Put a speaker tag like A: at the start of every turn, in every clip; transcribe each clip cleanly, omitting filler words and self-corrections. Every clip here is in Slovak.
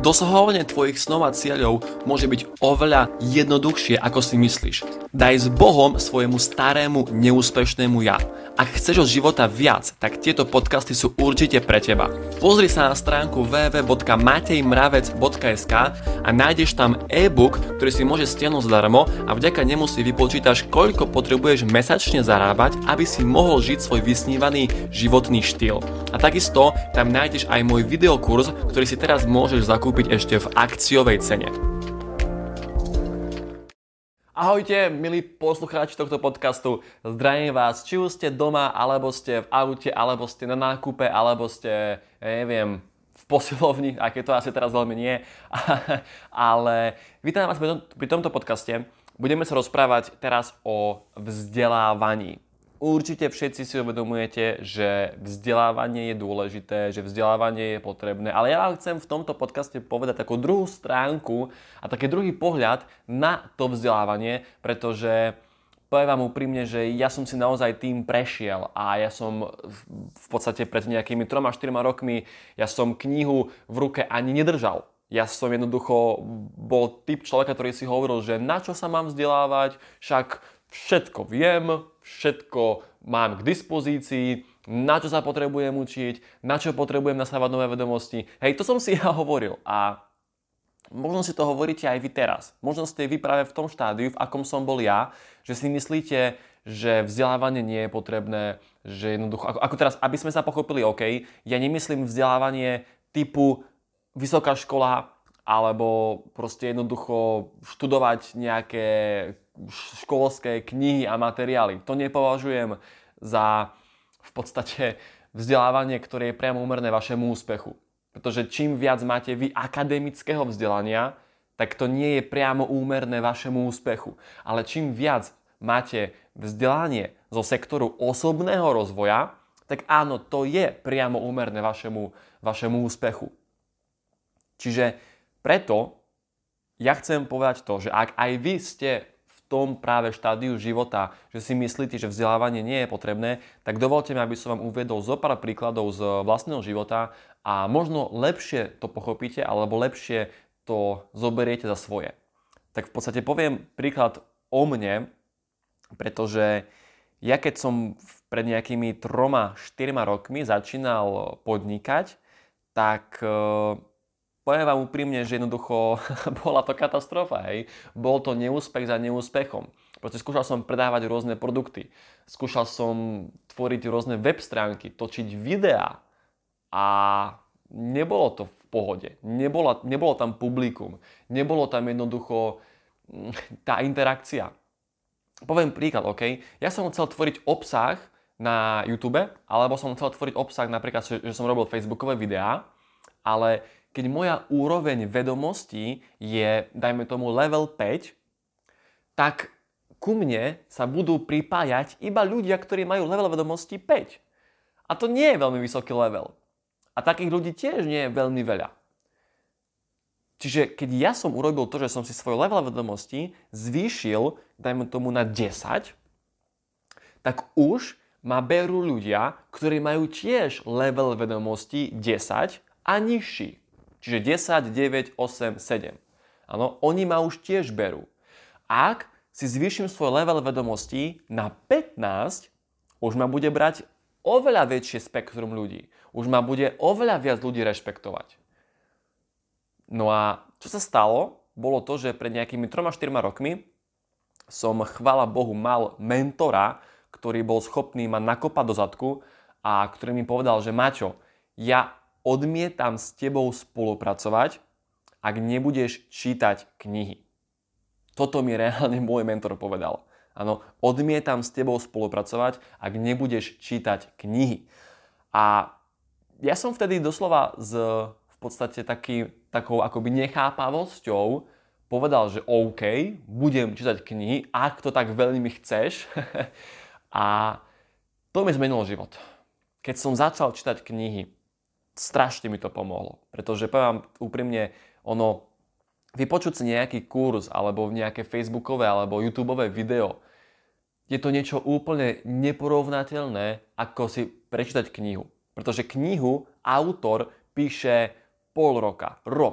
A: Dosahovanie tvojich snov a cieľov môže byť oveľa jednoduchšie, ako si myslíš. Daj s Bohom svojemu starému, neúspešnému ja. Ak chceš od života viac, tak tieto podcasty sú určite pre teba. Pozri sa na stránku www.matejmravec.sk a nájdeš tam e-book, ktorý si môžeš stiahnuť zadarmo a vďaka nemu si vypočítaš, koľko potrebuješ mesačne zarábať, aby si mohol žiť svoj vysnívaný životný štýl. A takisto tam nájdeš aj môj videokurs, ktorý si teraz môžeš zakúpiť ešte v akciovej cene. Ahojte, milí poslucháči tohto podcastu. Zdravím vás, či už ste doma, alebo ste v aute, alebo ste na nákupe, alebo ste, v posilovni, aj keď to asi teraz veľmi nie. Ale vítam vás pri tomto podcaste. Budeme sa rozprávať teraz o vzdelávaní. Určite všetci si uvedomujete, že vzdelávanie je dôležité, že vzdelávanie je potrebné, ale ja vám chcem v tomto podcaste povedať takú druhú stránku a taký druhý pohľad na to vzdelávanie, pretože poviem vám úprimne, že ja som si naozaj tým prešiel a ja som v podstate pred nejakými 3-4 rokmi, ja som knihu v ruke ani nedržal. Ja som jednoducho bol typ človeka, ktorý si hovoril, že na čo sa mám vzdelávať, však všetko viem, všetko mám k dispozícii, na čo sa potrebujem učiť, na čo potrebujem nasávať nové vedomosti. Hej, to som si ja hovoril a možno si to hovoríte aj vy teraz. Možno ste vy práve v tom štádiu, v akom som bol ja, že si myslíte, že vzdelávanie nie je potrebné, že jednoducho, ako teraz, aby sme sa pochopili, OK, ja nemyslím vzdelávanie typu vysoká škola, alebo proste jednoducho študovať nejaké školské knihy a materiály. To nepovažujem za v podstate vzdelávanie, ktoré je priamo úmerné vašemu úspechu. Pretože čím viac máte vy akademického vzdelania, tak to nie je priamo úmerné vašemu úspechu. Ale čím viac máte vzdelanie zo sektoru osobného rozvoja, tak áno, to je priamo úmerné vašemu úspechu. Čiže preto ja chcem povedať to, že ak aj vy ste v tom práve štádiu života, že si myslíte, že vzdelávanie nie je potrebné, tak dovolte mi, aby som vám uviedol zo pár príkladov z vlastného života a možno lepšie to pochopíte alebo lepšie to zoberiete za svoje. Tak v podstate poviem príklad o mne, pretože ja keď som pred nejakými 3-4 rokmi začínal podnikať, tak poviem vám úprimne, že jednoducho bola to katastrofa, hej. Bol to neúspech za neúspechom. Proste skúšal som predávať rôzne produkty. Skúšal som tvoriť rôzne web stránky, točiť videá a nebolo to v pohode. Nebolo tam publikum. Nebolo tam jednoducho tá interakcia. Poviem príklad, OK. Ja som chcel tvoriť obsah na YouTube, alebo som chcel tvoriť obsah napríklad, že som robil facebookové videá, ale keď moja úroveň vedomostí je, dajme tomu, level 5, tak ku mne sa budú pripájať iba ľudia, ktorí majú level vedomostí 5. A to nie je veľmi vysoký level. A takých ľudí tiež nie je veľmi veľa. Čiže keď ja som urobil to, že som si svoj level vedomostí zvýšil, dajme tomu na 10, tak už ma berú ľudia, ktorí majú tiež level vedomostí 10 a nižší. Čiže 10, 9, 8, 7. Áno, oni ma už tiež berú. Ak si zvýšim svoj level vedomostí na 15, už ma bude brať oveľa väčšie spektrum ľudí. Už ma bude oveľa viac ľudí rešpektovať. No a čo sa stalo, bolo to, že pred nejakými 3-4 rokmi som, chvála Bohu, mal mentora, ktorý bol schopný ma nakopať do zadku a ktorý mi povedal, že Maťo, ja odmietam s tebou spolupracovať, ak nebudeš čítať knihy. Toto mi reálne môj mentor povedal. Áno, odmietam s tebou spolupracovať, ak nebudeš čítať knihy. A ja som vtedy doslova v podstate takou akoby nechápavosťou povedal, že OK, budem čítať knihy, ak to tak veľmi chceš. A to mi zmenilo život. Keď som začal čítať knihy, strašne mi to pomohlo, pretože poviem úprimne, vypočuť si nejaký kurz alebo nejaké facebookové alebo youtubeové video, je to niečo úplne neporovnateľné, ako si prečítať knihu. Pretože knihu autor píše pol roka, rok.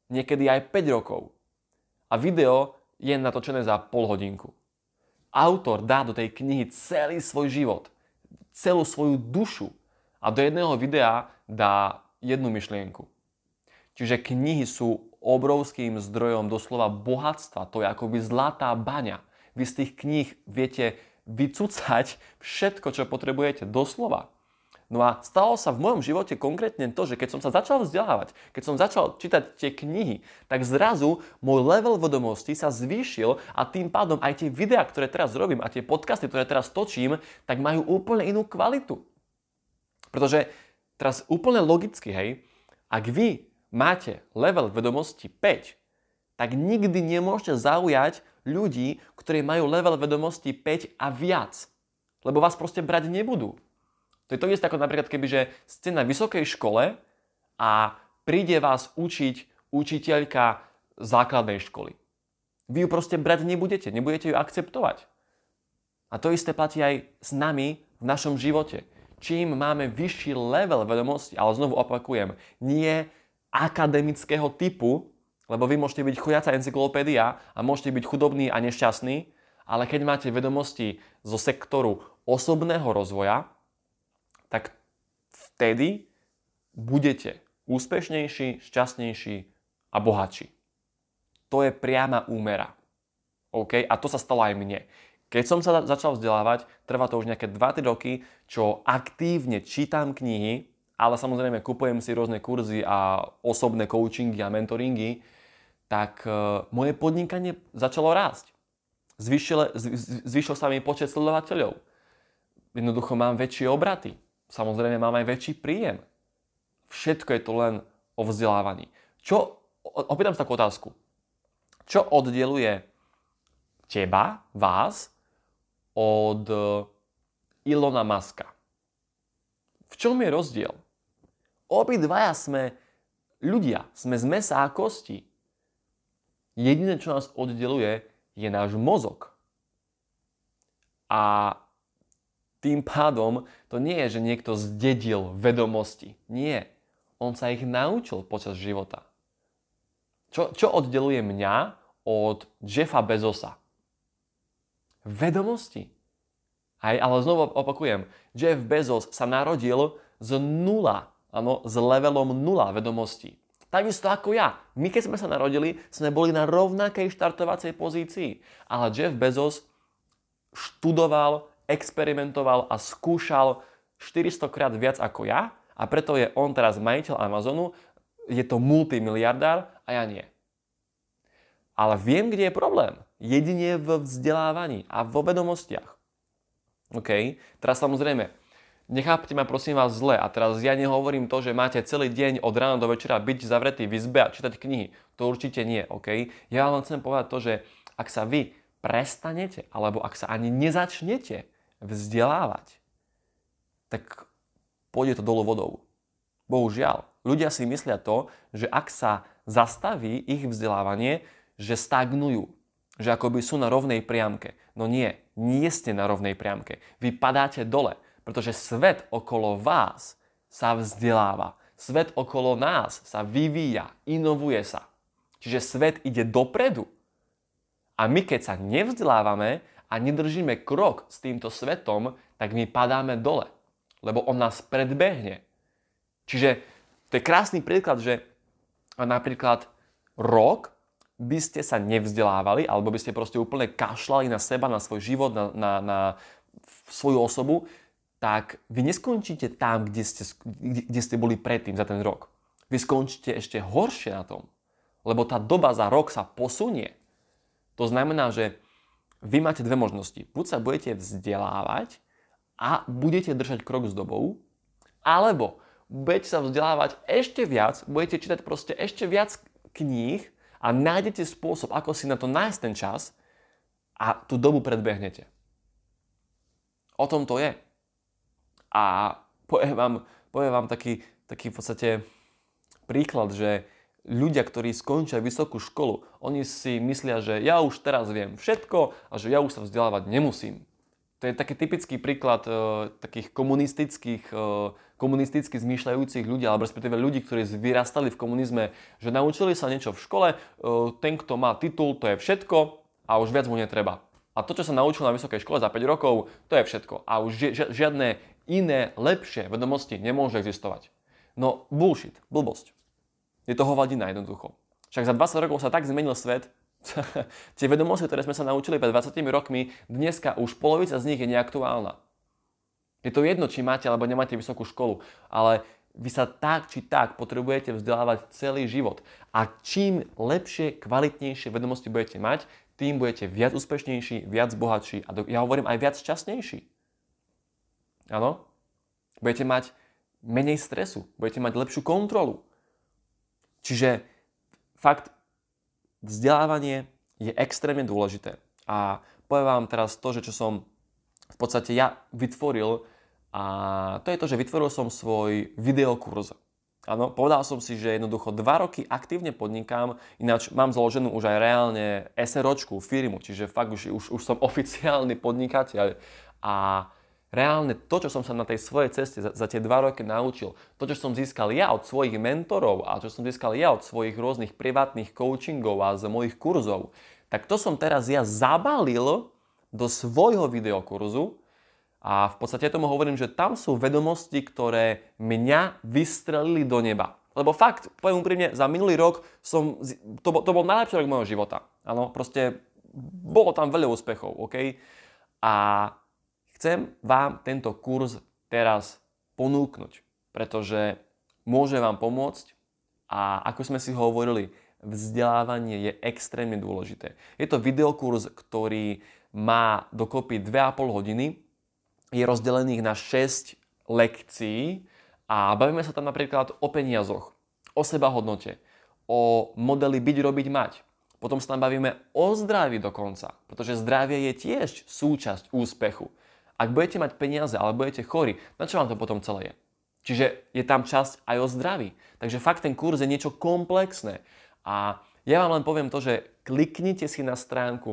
A: niekedy aj 5 rokov. A video je natočené za pol hodinku. Autor dá do tej knihy celý svoj život, celú svoju dušu a do jedného videa dá jednu myšlienku. Čiže knihy sú obrovským zdrojom doslova bohatstva. To je akoby zlatá baňa. Vy z tých kníh viete vycucať všetko, čo potrebujete, doslova. No a stalo sa v mojom živote konkrétne to, že keď som sa začal vzdelávať, keď som začal čítať tie knihy, tak zrazu môj level vedomostí sa zvýšil a tým pádom aj tie videá, ktoré teraz robím a tie podcasty, ktoré teraz točím, tak majú úplne inú kvalitu. Pretože teraz úplne logicky, hej, ak vy máte level vedomosti 5, tak nikdy nemôžete zaujať ľudí, ktorí majú level vedomosti 5 a viac. Lebo vás proste brať nebudú. To je to isté ako napríklad kebyže ste na vysokej škole a príde vás učiť učiteľka základnej školy. Vy ju proste brať nebudete ju akceptovať. A to isté platí aj s nami v našom živote. Čím máme vyšší level vedomosti, ale znovu opakujem, nie akademického typu, lebo vy môžete byť chudiaca encyklopédia a môžete byť chudobný a nešťastný, ale keď máte vedomosti zo sektoru osobného rozvoja, tak vtedy budete úspešnejší, šťastnejší a bohatší. To je priama úmera. OK? A to sa stalo aj mne. Keď som sa začal vzdelávať, trvá to už nejaké 2-3 roky, čo aktívne čítam knihy, ale samozrejme kupujem si rôzne kurzy a osobné coachingy a mentoringy, tak moje podnikanie začalo rásť. Zvýšil sa mi počet sledovateľov. Jednoducho mám väčšie obraty. Samozrejme mám aj väčší príjem. Všetko je to len o vzdelávaní. Opýtam sa takú otázku. Čo oddeluje teba, vás, od Ilona Muska? V čom je rozdiel? Obidvaja sme ľudia, sme z mäsa a kosti. Jediné, čo nás oddeluje, je náš mozog. A tým pádom to nie je, že niekto zdedil vedomosti. Nie. On sa ich naučil počas života. Čo oddeluje mňa od Jeffa Bezosa? Vedomosti. Ale znovu opakujem, Jeff Bezos sa narodil z nula, s levelom 0 vedomostí. Takisto ako ja. My keď sme sa narodili, sme boli na rovnakej štartovacej pozícii. Ale Jeff Bezos študoval, experimentoval a skúšal 400 krát viac ako ja a preto je on teraz majiteľ Amazonu, je to multimiliardár a ja nie. Ale viem, kde je problém. Jedine v vzdelávaní a vo vedomostiach. OK? Teraz samozrejme, nechápte ma prosím vás zle a teraz ja nehovorím to, že máte celý deň od rána do večera byť zavretý v izbe a čítať knihy. To určite nie, OK? Ja vám chcem povedať to, že ak sa vy prestanete, alebo ak sa ani nezačnete vzdelávať, tak pôjde to dolu vodou. Bohužiaľ, ľudia si myslia to, že ak sa zastaví ich vzdelávanie, že stagnujú, že akoby sú na rovnej priamke. No nie ste na rovnej priamke. Vy padáte dole, pretože svet okolo vás sa vzdeláva. Svet okolo nás sa vyvíja, inovuje sa. Čiže svet ide dopredu. A my keď sa nevzdelávame a nedržíme krok s týmto svetom, tak my padáme dole, lebo on nás predbehne. Čiže to je krásny príklad, že napríklad rok by ste sa nevzdelávali, alebo by ste proste úplne kašľali na seba, na svoj život, na svoju osobu, tak vy neskončíte tam, kde ste boli predtým za ten rok. Vy skončíte ešte horšie na tom, lebo tá doba za rok sa posunie. To znamená, že vy máte dve možnosti. Buď sa budete vzdelávať a budete držať krok s dobou, alebo budete sa vzdelávať ešte viac, budete čítať proste ešte viac kníh a nájdete spôsob, ako si na to nájsť ten čas a tú dobu predbehnete. O tom to je. A poviem vám taký v podstate príklad, že ľudia, ktorí skončia vysokú školu, oni si myslia, že ja už teraz viem všetko a že ja už sa vzdelávať nemusím. To je taký typický príklad takých komunisticky zmýšľajúcich ľudí, alebo respektíve ľudí, ktorí vyrastali v komunizme, že naučili sa niečo v škole, ten, kto má titul, to je všetko a už viac mu netreba. A to, čo sa naučil na vysokej škole za 5 rokov, to je všetko. A už žiadne iné, lepšie vedomosti nemôžu existovať. No bullshit, blbosť. Je to hovadina jednoducho. Však za 20 rokov sa tak zmenil svet. Tie vedomosti, ktoré sme sa naučili pred 20 rokmi, dneska už polovica z nich je neaktuálna. Je to jedno, či máte alebo nemáte vysokú školu, ale vy sa tak či tak potrebujete vzdelávať celý život. A čím lepšie, kvalitnejšie vedomosti budete mať, tým budete viac úspešnejší, viac bohatší a ja hovorím aj viac šťastnejší. Áno? Budete mať menej stresu, budete mať lepšiu kontrolu. Čiže fakt, vzdelávanie je extrémne dôležité. A poviem vám teraz to, že čo som v podstate ja vytvoril, a to je to, že vytvoril som svoj videokurs. Áno, povedal som si, že jednoducho 2 roky aktívne podnikám, ináč mám založenú už aj reálne SROčku, firmu, čiže fakt už som oficiálny podnikateľ a reálne to, čo som sa na tej svojej ceste za tie 2 roky naučil, to, čo som získal ja od svojich mentorov a čo som získal ja od svojich rôznych privátnych coachingov a z mojich kurzov, tak to som teraz ja zabalil do svojho videokurzu a v podstate tomu hovorím, že tam sú vedomosti, ktoré mňa vystrelili do neba. Lebo fakt, poviem úprimne, za minulý rok to bol najlepší rok môjho života. Áno, proste bolo tam veľa úspechov, OK? A chcem vám tento kurz teraz ponúknuť, pretože môže vám pomôcť a ako sme si hovorili, vzdelávanie je extrémne dôležité. Je to videokurs, ktorý má dokopy 2,5 hodiny, je rozdelených na 6 lekcií a bavíme sa tam napríklad o peniazoch, o sebahodnote, o modeli byť, robiť, mať. Potom sa tam bavíme o zdraví dokonca, pretože zdravie je tiež súčasť úspechu. Ak budete mať peniaze, ale budete chorí, na čo vám to potom celé je? Čiže je tam časť aj o zdraví. Takže fakt ten kurz je niečo komplexné. A ja vám len poviem to, že kliknite si na stránku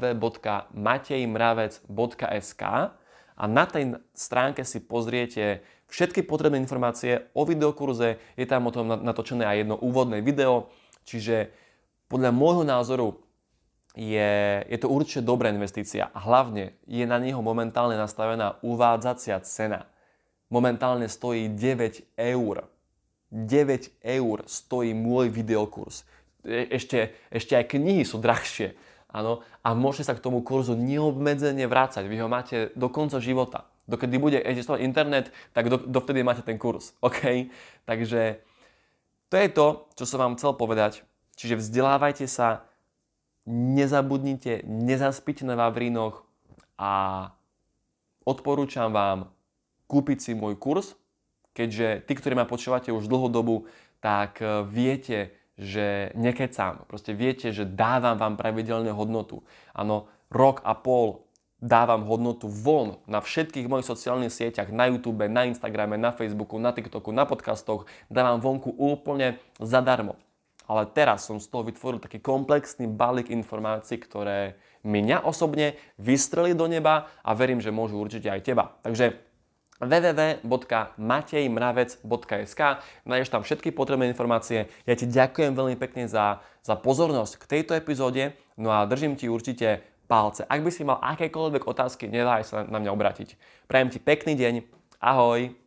A: www.matejmravec.sk a na tej stránke si pozriete všetky potrebné informácie o videokurze. Je tam o tom natočené aj jedno úvodné video. Čiže podľa môjho názoru je to určite dobrá investícia a hlavne je na neho momentálne nastavená uvádzacia cena. Momentálne stojí 9 eur. 9 eur stojí môj videokurs. Ešte aj knihy sú drahšie. Áno, a môžete sa k tomu kurzu neobmedzene vrácať. Vy ho máte do konca života. Dokedy bude existovať internet, tak dovtedy máte ten kurz. OK? Takže to je to, čo som vám chcel povedať. Čiže vzdelávajte sa, nezabudnite, nezaspite na vavrínoch a odporúčam vám kúpiť si môj kurz, keďže tí, ktorí ma počúvate už dlhú dobu, tak viete, že nekecám. Proste viete, že dávam vám pravidelne hodnotu. Áno, rok a pol dávam hodnotu von na všetkých mojich sociálnych sieťach, na YouTube, na Instagrame, na Facebooku, na TikToku, na podcastoch. Dávam vonku úplne zadarmo. Ale teraz som z toho vytvoril taký komplexný balík informácií, ktoré mňa osobne vystrelili do neba a verím, že môžu určite aj teba. Takže www.matejmravec.sk nájdeš tam všetky potrebné informácie. Ja ti ďakujem veľmi pekne za pozornosť k tejto epizóde, no a držím ti určite palce. Ak by si mal akékoľvek otázky, neváhaj sa na mňa obrátiť. Prajem ti pekný deň, ahoj!